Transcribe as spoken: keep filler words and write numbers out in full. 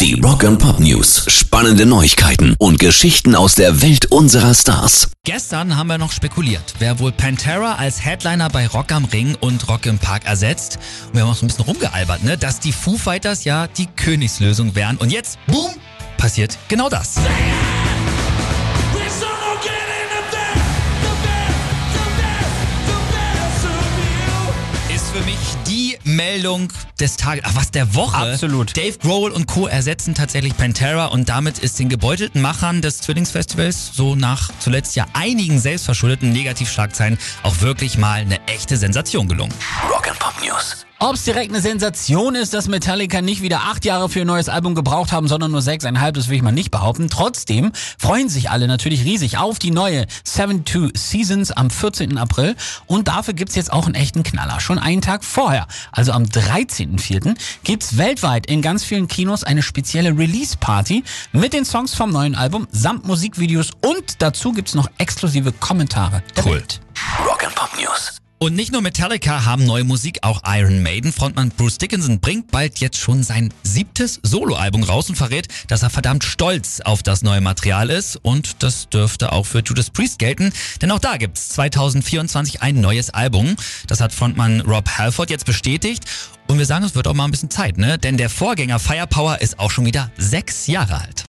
Die Rock and Pop News. Spannende Neuigkeiten und Geschichten aus der Welt unserer Stars. Gestern haben wir noch spekuliert, wer wohl Pantera als Headliner bei Rock am Ring und Rock im Park ersetzt. Und wir haben auch so ein bisschen rumgealbert, ne? Dass die Foo Fighters ja die Königslösung wären. Und jetzt, boom, passiert genau das. Ist für mich die Meldung des Tages, ach was, der Woche. Absolut. Dave Grohl und Co. ersetzen tatsächlich Pantera und damit ist den gebeutelten Machern des Zwillingsfestivals, so nach zuletzt ja einigen selbstverschuldeten Negativschlagzeilen, auch wirklich mal eine echte Sensation gelungen. Rock and Pop News. Ob es direkt eine Sensation ist, dass Metallica nicht wieder acht Jahre für ein neues Album gebraucht haben, sondern nur sechseinhalb, das will ich mal nicht behaupten. Trotzdem freuen sich alle natürlich riesig auf die neue seventy-two Seasons am vierzehnten April. Und dafür gibt's jetzt auch einen echten Knaller. Schon einen Tag vorher, also am dreizehnten vierten gibt's weltweit in ganz vielen Kinos eine spezielle Release-Party mit den Songs vom neuen Album samt Musikvideos und dazu gibt's noch exklusive Kommentare der Cool. Welt. Rock and Pop News. Und nicht nur Metallica haben neue Musik, auch Iron Maiden. Frontmann Bruce Dickinson bringt bald jetzt schon sein siebtes Soloalbum raus und verrät, dass er verdammt stolz auf das neue Material ist. Und das dürfte auch für Judas Priest gelten, denn auch da gibt's zwanzig vierundzwanzig ein neues Album. Das hat Frontmann Rob Halford jetzt bestätigt. Und wir sagen, es wird auch mal ein bisschen Zeit, ne? Denn der Vorgänger Firepower ist auch schon wieder sechs Jahre alt.